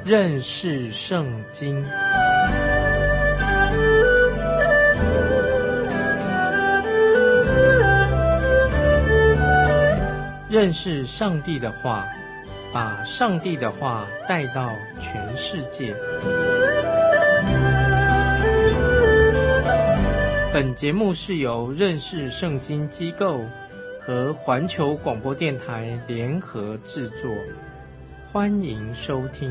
认识圣经。认识上帝的话，把上帝的话带到全世界。本节目是由认识圣经机构和环球广播电台联合制作，欢迎收听。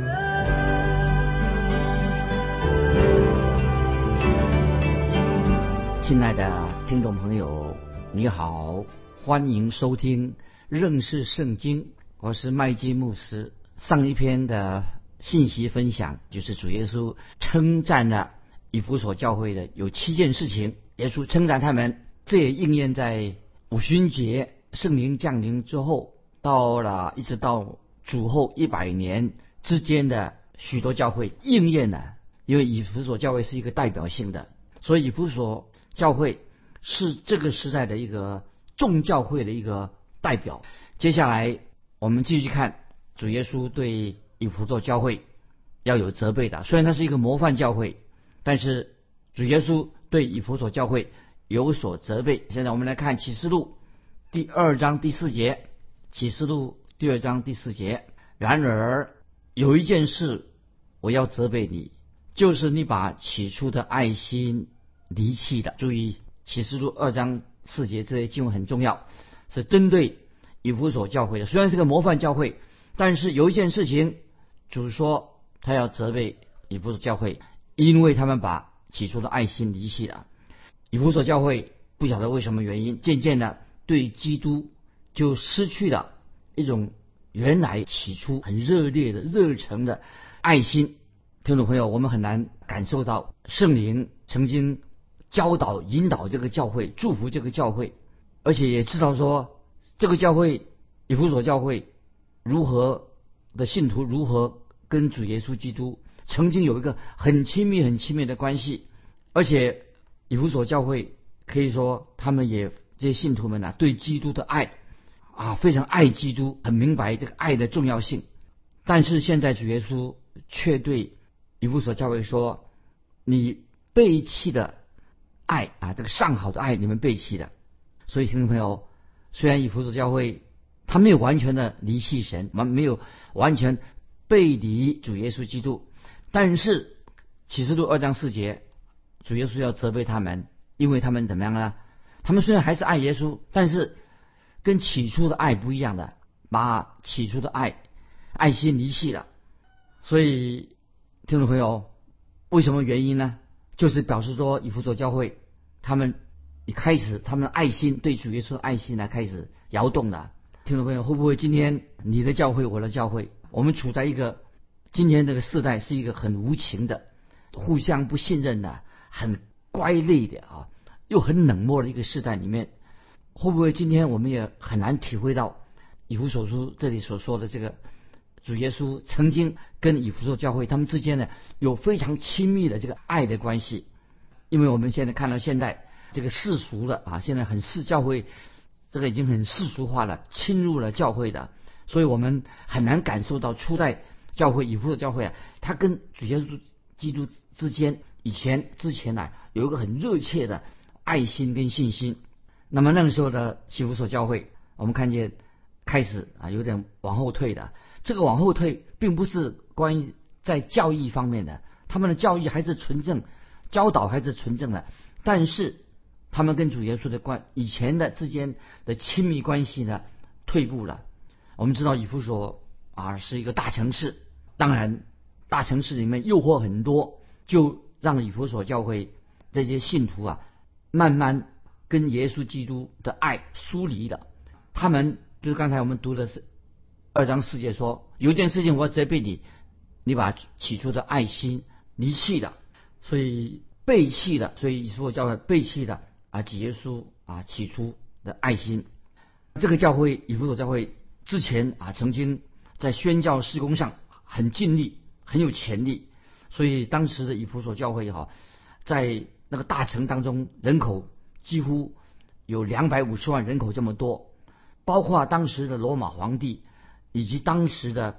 亲爱的听众朋友，你好，欢迎收听认识圣经，我是麦基牧师。上一篇的信息分享就是主耶稣称赞了以弗所教会的有7件事情，耶稣称赞他们，这也应验在五旬节圣灵降临之后，一直到主后100年之间的许多教会应验了。因为以弗所教会是一个代表性的，所以以弗所教会是这个时代的一个众教会的一个代表。接下来我们继续看主耶稣对以弗所教会要有责备的，虽然它是一个模范教会，但是主耶稣对以弗所教会有所责备。现在我们来看启示录第2章第4节，启示录第2章第4节，然而有一件事我要责备你，就是你把起初的爱心离弃的。注意启示录2章4节这些经文很重要，是针对以弗所教会的。虽然是个模范教会，但是有一件事情主说他要责备以弗所教会，因为他们把起初的爱心离弃了。以弗所教会不晓得为什么原因，渐渐的对基督就失去了一种原来起初很热烈的热诚的爱心。听众朋友，我们很难感受到圣灵曾经教导引导这个教会，祝福这个教会，而且也知道说这个教会以弗所教会如何的信徒如何跟主耶稣基督曾经有一个很亲密的关系。而且以弗所教会可以说他们也这些信徒们对基督的爱非常爱基督，很明白这个爱的重要性。但是现在主耶稣却对以弗所教会说，你背弃的爱这个上好的爱你们背弃了。所以听众朋友，虽然以弗所教会他没有完全的离弃神，没有完全背离主耶稣基督，但是启示录2章4节主耶稣要责备他们，因为他们怎么样呢？他们虽然还是爱耶稣，但是跟起初的爱不一样的，把起初的爱心离弃了。所以听众朋友，为什么原因呢？就是表示说以弗所教会他们一开始他们的爱心，对主耶稣的爱心开始摇动了。听众朋友，会不会今天你的教会我的教会，我们处在一个今天这个世代是一个很无情的，互相不信任的，很乖戾的又很冷漠的一个世代里面，会不会今天我们也很难体会到以弗所书这里所说的这个主耶稣曾经跟以弗所教会他们之间有非常亲密的这个爱的关系。因为我们现在看到现在这个世俗的现在教会这个已经很世俗化了，侵入了教会的，所以我们很难感受到初代教会以弗所教会他跟主耶稣基督之间之前有一个很热切的爱心跟信心。那么那个时候的以弗所教会，我们看见开始有点往后退的。这个往后退并不是关于在教义方面的，他们的教义还是纯正，教导还是纯正的，但是他们跟主耶稣的以前的之间的亲密关系退步了。我们知道以弗所是一个大城市，当然大城市里面诱惑很多，就让以弗所教会这些信徒慢慢跟耶稣基督的爱疏离了。他们就是刚才我们读的是2章4节说，有一件事情我要责备你，你把起初的爱心离弃了。所以背弃了，所以以弗所教会背弃了主耶稣起初的爱心。这个教会以弗所教会之前曾经在宣教事工上很尽力，很有潜力，所以当时的以弗所教会在那个大城当中人口几乎有250万人口这么多，包括当时的罗马皇帝以及当时的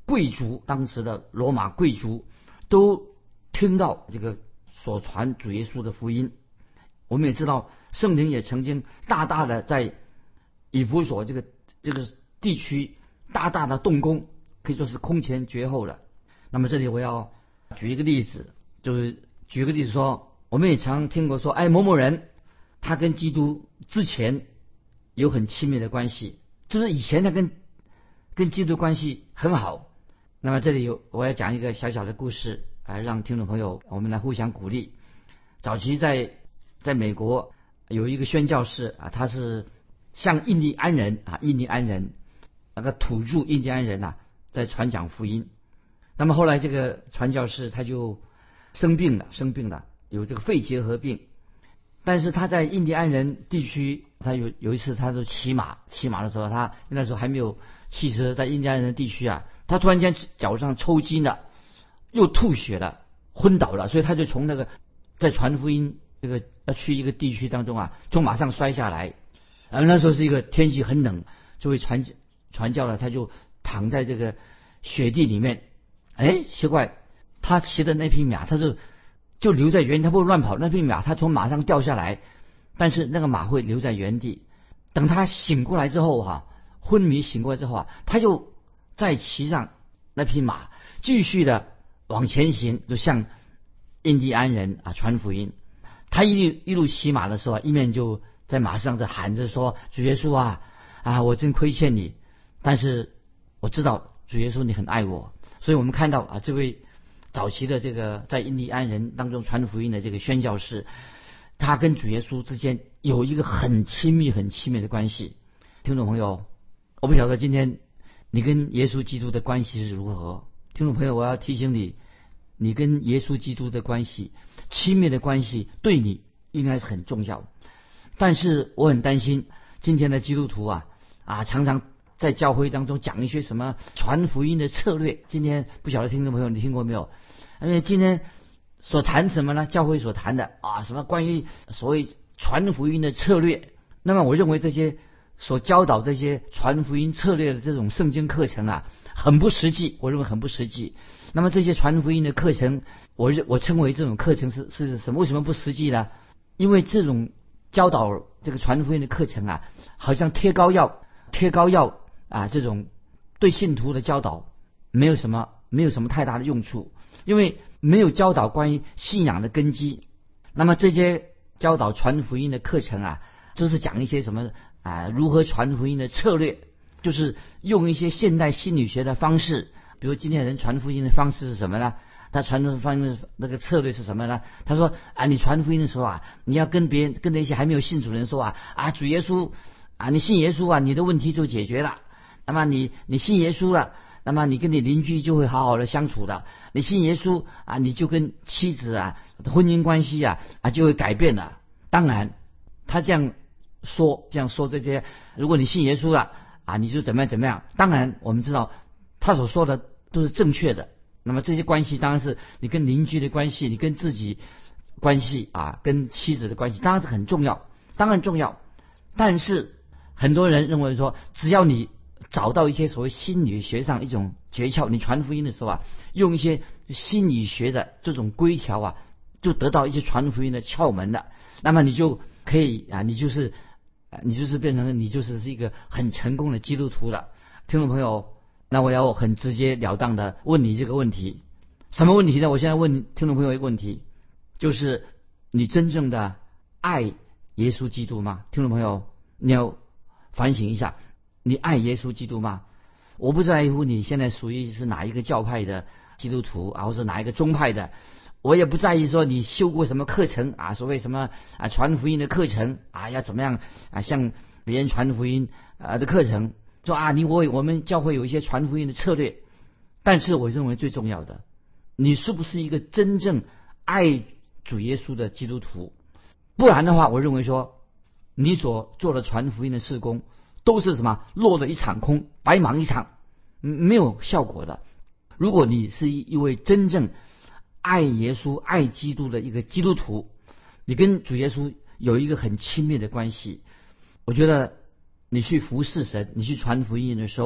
贵族，当时的罗马贵族都听到这个所传主耶稣的福音。我们也知道圣灵也曾经大大的在以弗所这个地区大大的动工，可以说是空前绝后了。那么这里我要举一个例子，就是举个例子说，我们也常听过说，某某人他跟基督之前有很亲密的关系，就是以前他跟基督关系很好。那么这里我要讲一个小小的故事让听众朋友我们来互相鼓励。早期在美国有一个宣教士他是向印第安人那个土著印第安人在传讲福音。那么后来这个传教士他就生病了，有这个肺结核病。但是他在印第安人地区，他有一次他就骑马的时候，他那时候还没有汽车，在印第安人地区他突然间脚上抽筋了，又吐血了，昏倒了，所以他就从那个在传福音这个要去一个地区当中从马上摔下来。那时候是一个天气很冷，就会传教了，他就躺在这个雪地里面。奇怪，他骑的那匹马，他就留在原地，他不会乱跑。那匹马他从马上掉下来，但是那个马会留在原地。等他醒过来之后昏迷醒过来之后他就再骑上那匹马，继续的往前行，就向印第安人传福音。他一路骑马的时候一面就在马上在喊着说：“主耶稣我真亏欠你，但是我知道主耶稣你很爱我。”所以我们看到这位早期的这个在印第安人当中传福音的这个宣教士，他跟主耶稣之间有一个很亲密的关系。听众朋友，我不晓得今天你跟耶稣基督的关系是如何。听众朋友，我要提醒你，你跟耶稣基督的关系，亲密的关系对你应该是很重要。但是我很担心今天的基督徒常常在教会当中讲一些什么传福音的策略。今天不晓得听众朋友你听过没有？因为今天所谈什么呢？教会所谈的什么关于所谓传福音的策略。那么我认为这些所教导这些传福音策略的这种圣经课程很不实际，我认为很不实际。那么这些传福音的课程，我称为这种课程是什么？为什么不实际呢？因为这种教导这个传福音的课程好像贴膏药这种对信徒的教导没有什么太大的用处，因为没有教导关于信仰的根基。那么这些教导传福音的课程就是讲一些什么如何传福音的策略，就是用一些现代心理学的方式。比如今天人传福音的方式是什么呢？他传福音的那个策略是什么呢？他说你传福音的时候你要跟那些还没有信主的人说主耶稣你信耶稣你的问题就解决了。那么你信耶稣了，那么你跟你邻居就会好好的相处的。你信耶稣你就跟妻子婚姻关系就会改变了。当然他这样说这些，如果你信耶稣了你就怎么样。当然我们知道他所说的都是正确的。那么这些关系当然是你跟邻居的关系，你跟自己关系跟妻子的关系当然是很重要，当然重要。但是很多人认为说，只要你找到一些所谓心理学上一种诀窍，你传福音的时候用一些心理学的这种规条就得到一些传福音的窍门了。那么你就可以你就是变成你就是一个很成功的基督徒了。听众朋友，那我要很直截了当的问你这个问题，什么问题呢？我现在问听众朋友一个问题，就是你真正的爱耶稣基督吗？听众朋友，你要反省一下，你爱耶稣基督吗？我不在乎你现在属于是哪一个教派的基督徒或者哪一个宗派的，我也不在意说你修过什么课程所谓什么传福音的课程要怎么样向别人传福音的课程，说我们教会有一些传福音的策略。但是我认为最重要的，你是不是一个真正爱主耶稣的基督徒？不然的话，我认为说你所做的传福音的事工都是什么落了一场空，白忙一场，没有效果的。如果你是一位真正爱耶稣爱基督的一个基督徒，你跟主耶稣有一个很亲密的关系，我觉得你去服侍神，你去传福音的时候，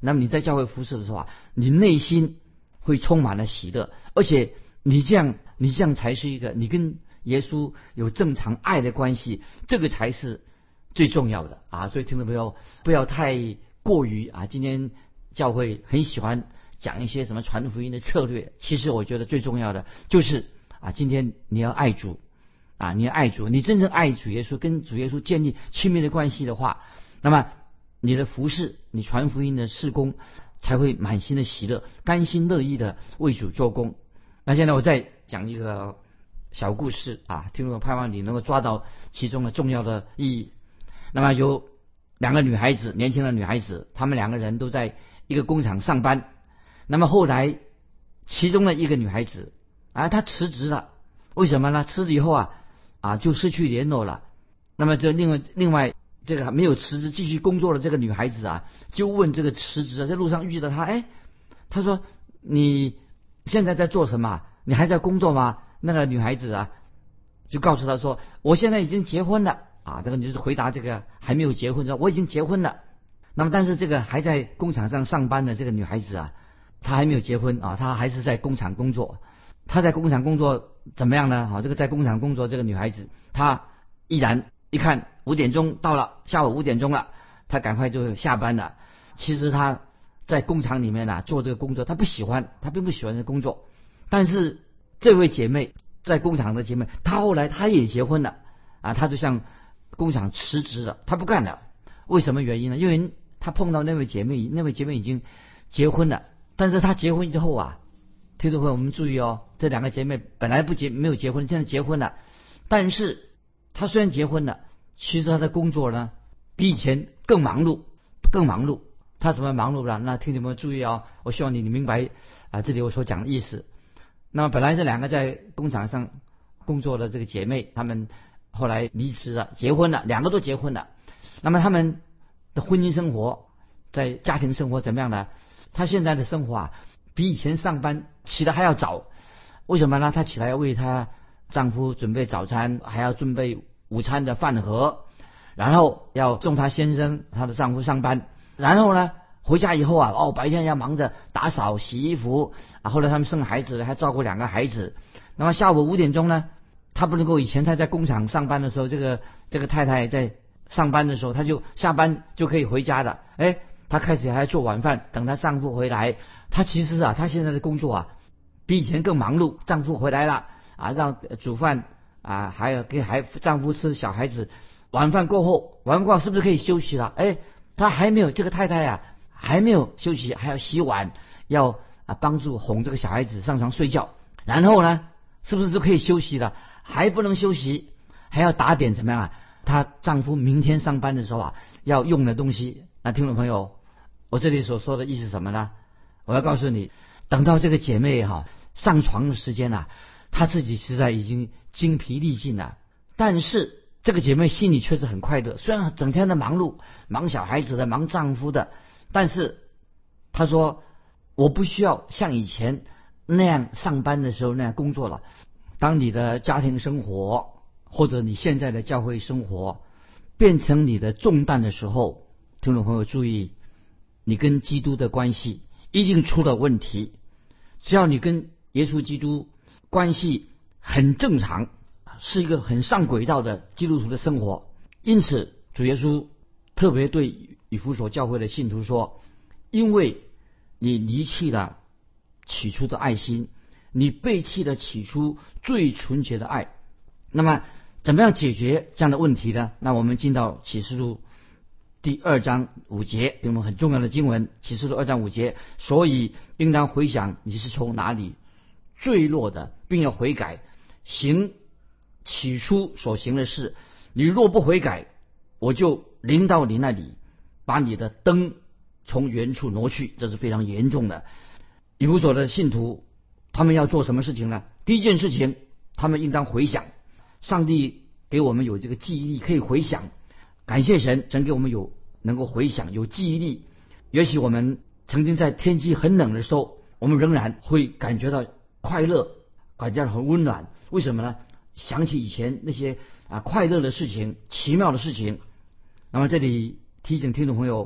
那么你在教会服侍的时候啊，你内心会充满了喜乐，而且你这样才是一个你跟耶稣有正常爱的关系，这个才是最重要的啊！所以听众朋友不要太过于啊，今天教会很喜欢讲一些什么传福音的策略，其实我觉得最重要的就是啊，今天你要爱主啊，你要爱主，你真正爱主耶稣，跟主耶稣建立亲密的关系的话，那么你的服事，你传福音的事工才会满心的喜乐，甘心乐意的为主做工。那现在我再讲一个小故事啊，听众盼望你能够抓到其中的重要的意义。那么有两个女孩子，年轻的女孩子，她们两个人都在一个工厂上班。那么后来其中的一个女孩子啊，她辞职了，为什么呢？辞职以后啊就失去联络了。那么这另外这个没有辞职继续工作的这个女孩子啊，就问这个辞职在路上遇到她，她说你现在在做什么？你还在工作吗？那个女孩子啊就告诉她说，我现在已经结婚了啊。这个就是回答这个还没有结婚说我已经结婚了。那么但是这个还在工厂上上班的这个女孩子啊，她还没有结婚啊，她还是在工厂工作。她在工厂工作怎么样呢？这个在工厂工作这个女孩子，她依然一看5点钟到了，下午5点钟了，她赶快就下班了。其实她在工厂里面做这个工作，她不喜欢，她并不喜欢这个工作。但是这位姐妹在工厂的姐妹，她后来她也结婚了啊，她就向工厂辞职了，她不干了。为什么原因呢？因为她碰到那位姐妹已经结婚了，但是她结婚之后啊，听众朋友我们注意这两个姐妹本来没有结婚，现在结婚了。但是她虽然结婚了，其实她的工作呢比以前更忙碌。她怎么忙碌了？那听众朋友注意我希望你明白啊，这里我所讲的意思。那么本来这两个在工厂上工作的这个姐妹，她们后来离职了，结婚了，两个都结婚了。那么她们的婚姻生活，在家庭生活怎么样呢？她现在的生活比以前上班起得还要早。为什么呢？她起来要为她丈夫准备早餐，还要准备午餐的饭盒，然后要送她先生她的丈夫上班，然后呢回家以后白天要忙着打扫洗衣服后来他们生孩子，还照顾2个孩子。那么下午5点钟呢，她不能够，以前她在工厂上班的时候，这个太太在上班的时候，她就下班就可以回家的。她开始还要做晚饭，等她丈夫回来。她其实她现在的工作比以前更忙碌。丈夫回来了让煮饭还要给丈夫吃，小孩子晚饭过后是不是可以休息了？她还没有，这个太太还没有休息，还要洗碗，要帮助哄这个小孩子上床睡觉。然后呢，是不是就可以休息了？还不能休息，还要打点怎么样她丈夫明天上班的时候要用的东西。那听众朋友，我这里所说的意思是什么呢？我要告诉你，等到这个姐妹上床的时间她自己实在已经精疲力尽了，但是这个姐妹心里却是很快乐。虽然整天的忙碌，忙小孩子的，忙丈夫的，但是她说我不需要像以前那样上班的时候那样工作了。当你的家庭生活或者你现在的教会生活变成你的重担的时候，听众朋友注意，你跟基督的关系一定出了问题。只要你跟耶稣基督关系很正常，是一个很上轨道的基督徒的生活。因此主耶稣特别对以弗所教会的信徒说，因为你离弃了起初的爱心，你背弃了起初最纯洁的爱。那么怎么样解决这样的问题呢？那我们进到启示录第2章5节，我们很重要的经文，启示录2章5节，所以应当回想你是从哪里坠落的，并要悔改，行起初所行的事。你若不悔改，我就临到你那里，把你的灯从原处挪去。这是非常严重的。以弗所的信徒他们要做什么事情呢？第一件事情，他们应当回想。上帝给我们有这个记忆力，可以回想。感谢神，神给我们能够回想，有记忆力。也许我们曾经在天气很冷的时候，我们仍然会感觉到快乐，感觉到很温暖。为什么呢？想起以前那些快乐的事情，奇妙的事情。那么这里提醒听众朋友，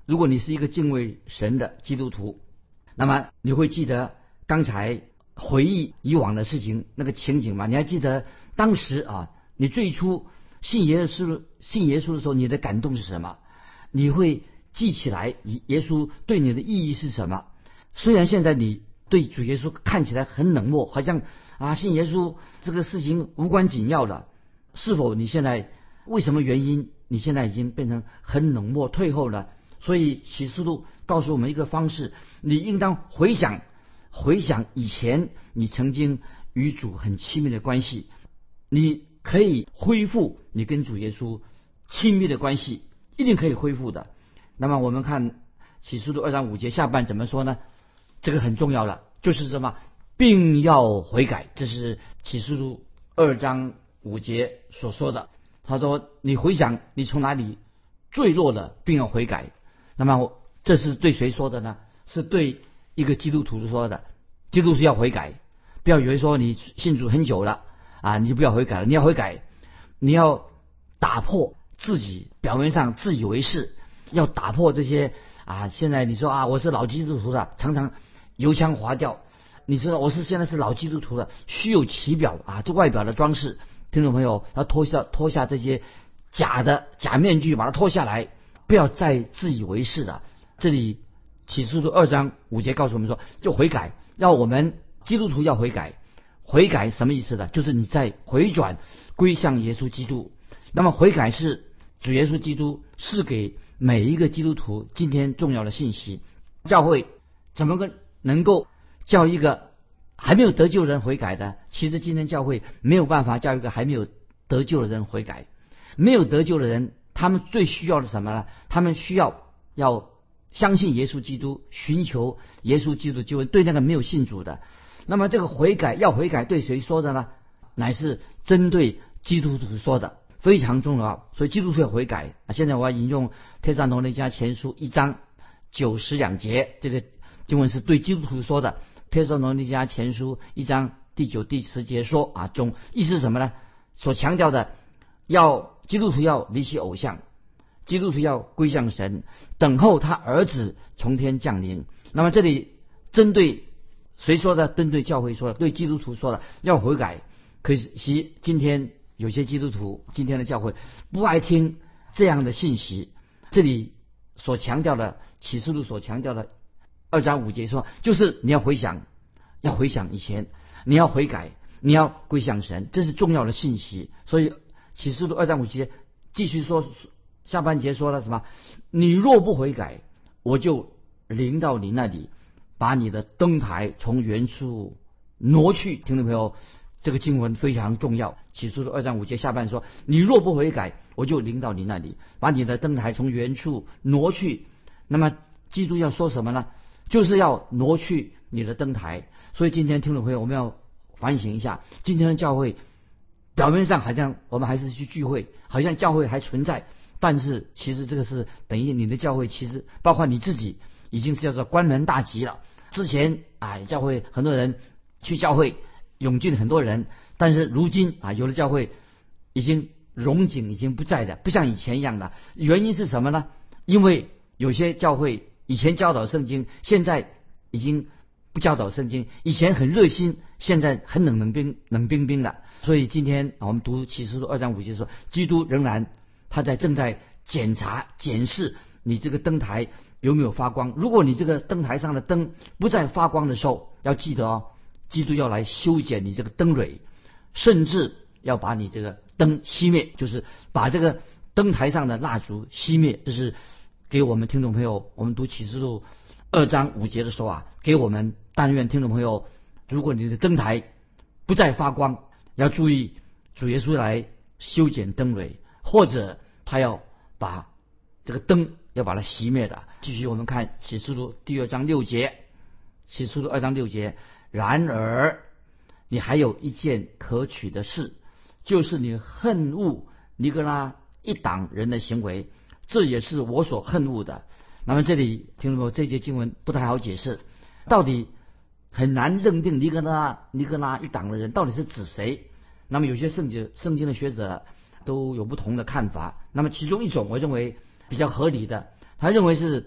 如果你是一个敬畏神的基督徒，那么你会记得刚才回忆以往的事情那个情景吗？你还记得当时你最初信耶稣的时候，你的感动是什么？你会记起来耶稣对你的意义是什么？虽然现在你对主耶稣看起来很冷漠，好像信耶稣这个事情无关紧要的，是否你现在为什么原因你现在已经变成很冷漠退后了？所以启示录告诉我们一个方式，你应当回想以前你曾经与主很亲密的关系，你可以恢复你跟主耶稣亲密的关系，一定可以恢复的。那么我们看启示录2章5节下半怎么说呢？这个很重要了，就是什么？并要悔改。这是启示录2章5节所说的。他说你回想你从哪里坠落了，并要悔改。那么这是对谁说的呢？是对一个基督徒说的。基督徒要悔改，不要以为说你信主很久了你就不要悔改了。你要悔改，你要打破自己表面上自以为是，要打破这些现在你说我是老基督徒的，常常油腔滑调。你说我现在是老基督徒的，虚有其表这外表的装饰。听众朋友，要脱下这些假面具，把它脱下来，不要再自以为是的。这里启示录2章5节告诉我们说，就悔改，要我们基督徒要悔改。悔改什么意思呢？就是你在回转归向耶稣基督。那么悔改是主耶稣基督是给每一个基督徒今天重要的信息。教会怎么能够叫一个还没有得救的人悔改的？其实今天教会没有办法叫一个还没有得救的人悔改。没有得救的人，他们最需要的什么呢？他们需要相信耶稣基督，寻求耶稣基督救恩。对那个没有信主的，那么这个悔改对谁说的呢？乃是针对基督徒说的，非常重要。所以基督徒要悔改。现在我要引用帖撒罗尼迦前书1章9、10、2节，这个经文是对基督徒说的。帖撒罗尼迦前书1章第9、第10节说意思是什么呢？所强调的基督徒要离弃偶像，基督徒要归向神，等候他儿子从天降临。那么这里针对谁说的？针对教会说的，对基督徒说的，要悔改。可惜今天有些基督徒，今天的教会不爱听这样的信息。这里所强调的，启示录所强调的2章5节说，就是你要回想以前，你要悔改，你要归向神，这是重要的信息。所以启示录2章5节继续说，下半节说了什么？你若不悔改，我就临到你那里，把你的灯台从原处挪去。听众朋友，这个经文非常重要。启示录2章5节下半说，你若不悔改，我就临到你那里，把你的灯台从原处挪去。那么基督要说什么呢？就是要挪去你的灯台。所以今天听众朋友，我们要反省一下，今天的教会表面上好像我们还是去聚会，好像教会还存在，但是其实这个是等于你的教会，其实包括你自己已经是叫做关门大吉了。之前教会很多人去教会涌进很多人，但是如今有的教会已经荣景已经不在的，不像以前一样的。原因是什么呢？因为有些教会以前教导圣经，现在已经不教导圣经，以前很热心，现在很冷冰冰的。所以今天我们读启示录2章5节说，基督仍然他正在检视你这个灯台有没有发光。如果你这个灯台上的灯不再发光的时候，要记得基督要来修剪你这个灯蕊，甚至要把你这个灯熄灭，就是把这个灯台上的蜡烛熄灭。这是给我们听众朋友，我们读启示录2章5节的时候给我们但愿听众朋友，如果你的灯台不再发光，要注意主耶稣来修剪灯蕊，或者他要把这个灯要把它熄灭的。继续我们看启示录第2章6节，启示录2章6节，然而你还有一件可取的事，就是你恨恶尼哥拉一党人的行为，这也是我所恨恶的。那么这里听众朋友，这节经文不太好解释，到底很难认定尼哥拉一党的人到底是指谁。那么有些圣经的学者都有不同的看法。那么其中一种我认为比较合理的，他认为是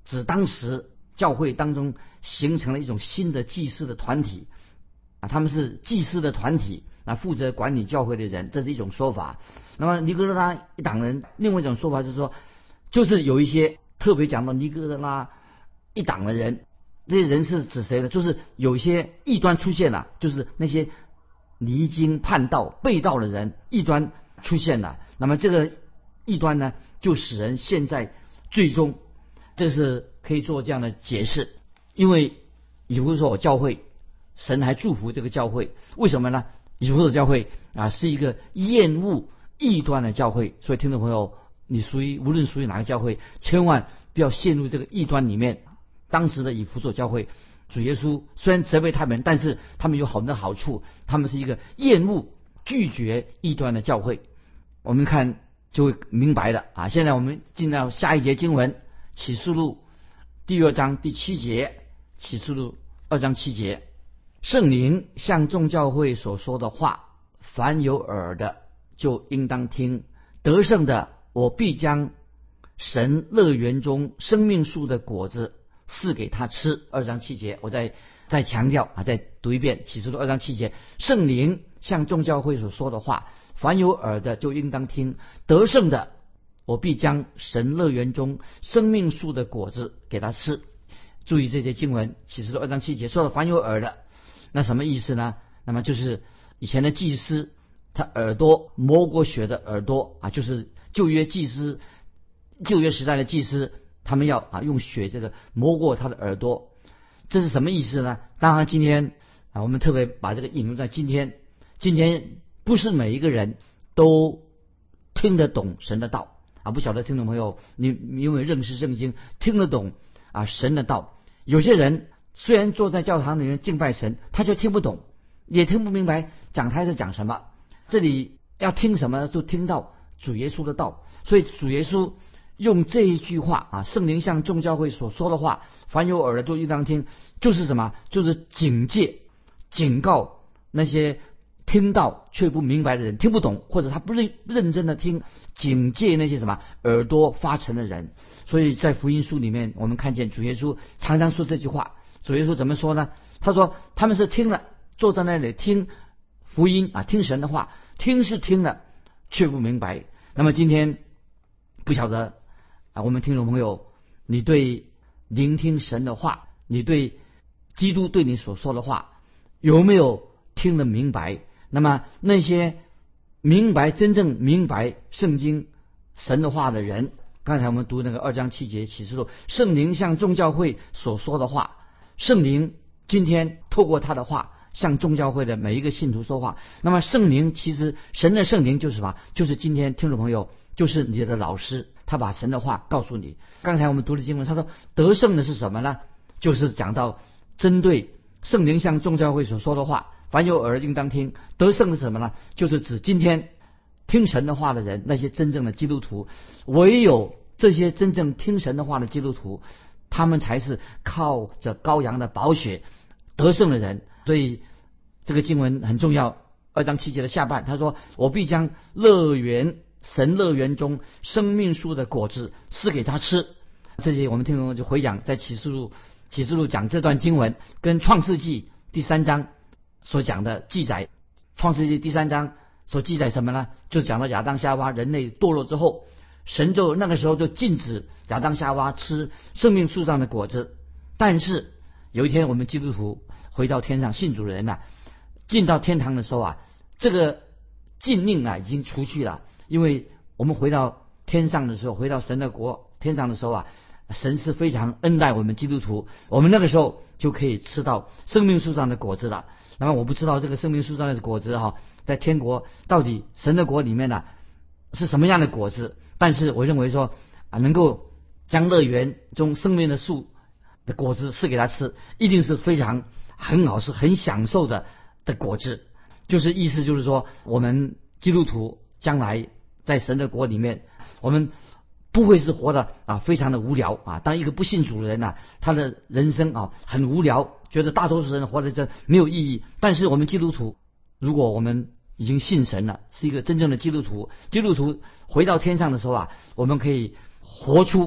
指当时教会当中形成了一种新的祭司的团体他们是祭司的团体负责管理教会的人，这是一种说法。那么尼哥拉一党人另外一种说法是说，就是有一些特别讲到尼哥拉一党的人，这些人是指谁呢？就是有一些异端出现了，就是那些离经叛道背道的人，异端出现了。那么这个异端呢，就使人现在最终，这是可以做这样的解释。因为以弗所教会，神还祝福这个教会，为什么呢？以弗所教会是一个厌恶异端的教会，所以听众朋友，你无论属于哪个教会，千万不要陷入这个异端里面。当时的以弗所教会，主耶稣虽然责备他们，但是他们有很多好处，他们是一个厌恶拒绝异端的教会。我们看就会明白了现在我们进到下一节经文，启示录第2章第7节，启示录2章7节，圣灵向众教会所说的话，凡有耳的就应当听，得胜的我必将神乐园中生命树的果子赐给他吃。2章7节，我再强调再读一遍，启示录2章7节，圣灵向众教会所说的话，凡有耳的就应当听，得胜的我必将神乐园中生命树的果子给他吃。注意这些经文，启示录2章7节说的凡有耳的，那什么意思呢？那么就是以前的祭司，他耳朵摸过血的耳朵就是旧约祭司，旧约时代的祭司，他们要用血这个摸过他的耳朵，这是什么意思呢？当然今天我们特别把这个引用在今天不是每一个人都听得懂神的道不晓得听众朋友你有没有认识圣经，听得懂神的道？有些人虽然坐在教堂里面敬拜神，他就听不懂，也听不明白讲台在讲什么。这里要听什么呢？就听到主耶稣的道。所以主耶稣用这一句话圣灵向众教会所说的话，凡有耳的就应当听，就是什么？就是警告那些听到却不明白的人，听不懂或者他不认真的听，警戒那些什么耳朵发沉的人。所以在福音书里面，我们看见主耶稣常常说这句话。主耶稣怎么说呢？他说他们是听了，坐在那里听福音听神的话，听是听了却不明白。那么今天不晓得我们听众朋友，你对聆听神的话，你对基督对你所说的话有没有听得明白？那么那些真正明白圣经神的话的人，刚才我们读那个2章7节启示录，圣灵向众教会所说的话，圣灵今天透过他的话向众教会的每一个信徒说话。那么圣灵，其实神的圣灵就是什么？就是今天听众朋友，就是你的老师，他把神的话告诉你。刚才我们读的经文，他说得胜的是什么呢？就是讲到针对圣灵向众教会所说的话，凡有耳应当听。得胜是什么呢？就是指今天听神的话的人，那些真正的基督徒。唯有这些真正听神的话的基督徒，他们才是靠着羔羊的宝血得胜的人。所以这个经文很重要。2章7节的下半，他说我必将神乐园中生命树的果子赐给他吃。这些我们听众就回讲在启示录讲这段经文跟创世纪第3章所讲的记载。创世纪第3章所记载什么呢？就讲到亚当夏娃人类堕落之后，神就那个时候就禁止亚当夏娃吃生命树上的果子。但是有一天我们基督徒回到天上，信主的人进到天堂的时候这个禁令已经除去了。因为我们回到天上的时候，回到神的国天上的时候神是非常恩待我们基督徒，我们那个时候就可以吃到生命树上的果子了。那么我不知道这个生命树上的果子在天国到底神的国里面是什么样的果子，但是我认为说能够将乐园中生命的树的果子赐给他吃，一定是非常很好，是很享受的果子。就是意思就是说，我们基督徒将来在神的国里面，我们不会是活得非常的无聊当一个不信主的人他的人生很无聊，觉得大多数人活得这没有意义。但是我们基督徒，如果我们已经信神了，是一个真正的基督徒回到天上的时候我们可以活出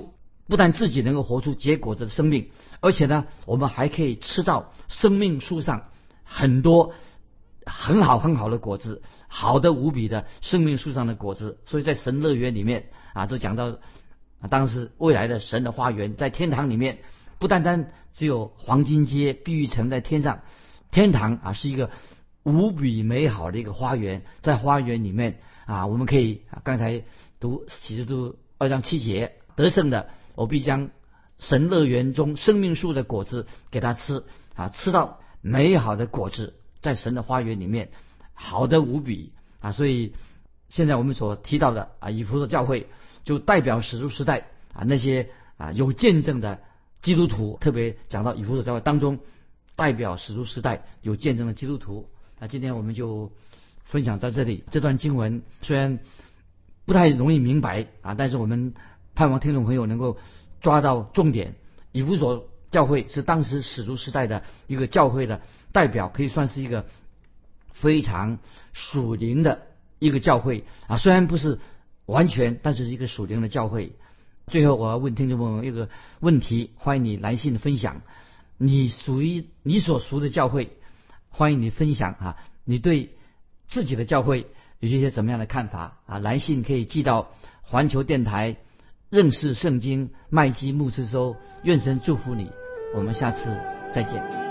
不但自己能够活出结果子的生命，而且呢，我们还可以吃到生命树上很多很好的果子，好的无比的生命树上的果子。所以在神乐园里面都讲到当时未来的神的花园，在天堂里面不单单只有黄金街碧玉城在天上，天堂是一个无比美好的一个花园。在花园里面我们可以刚才读启示录2章7节，得胜的我必将神乐园中生命树的果子给他吃吃到美好的果子，在神的花园里面好的无比所以现在我们所提到的以弗所教会就代表使徒时代那些有见证的基督徒，特别讲到以弗所教会当中代表使徒时代有见证的基督徒。今天我们就分享到这里。这段经文虽然不太容易明白但是我们盼望听众朋友能够抓到重点。以弗所教会是当时使徒时代的一个教会的代表，可以算是一个非常属灵的一个教会虽然不是完全，但是一个属灵的教会。最后我要问听众朋友一个问题，欢迎你来信分享你所属的教会，欢迎你分享你对自己的教会有一些怎么样的看法来信可以寄到环球电台认识圣经麦基牧师收。愿神祝福你，我们下次再见。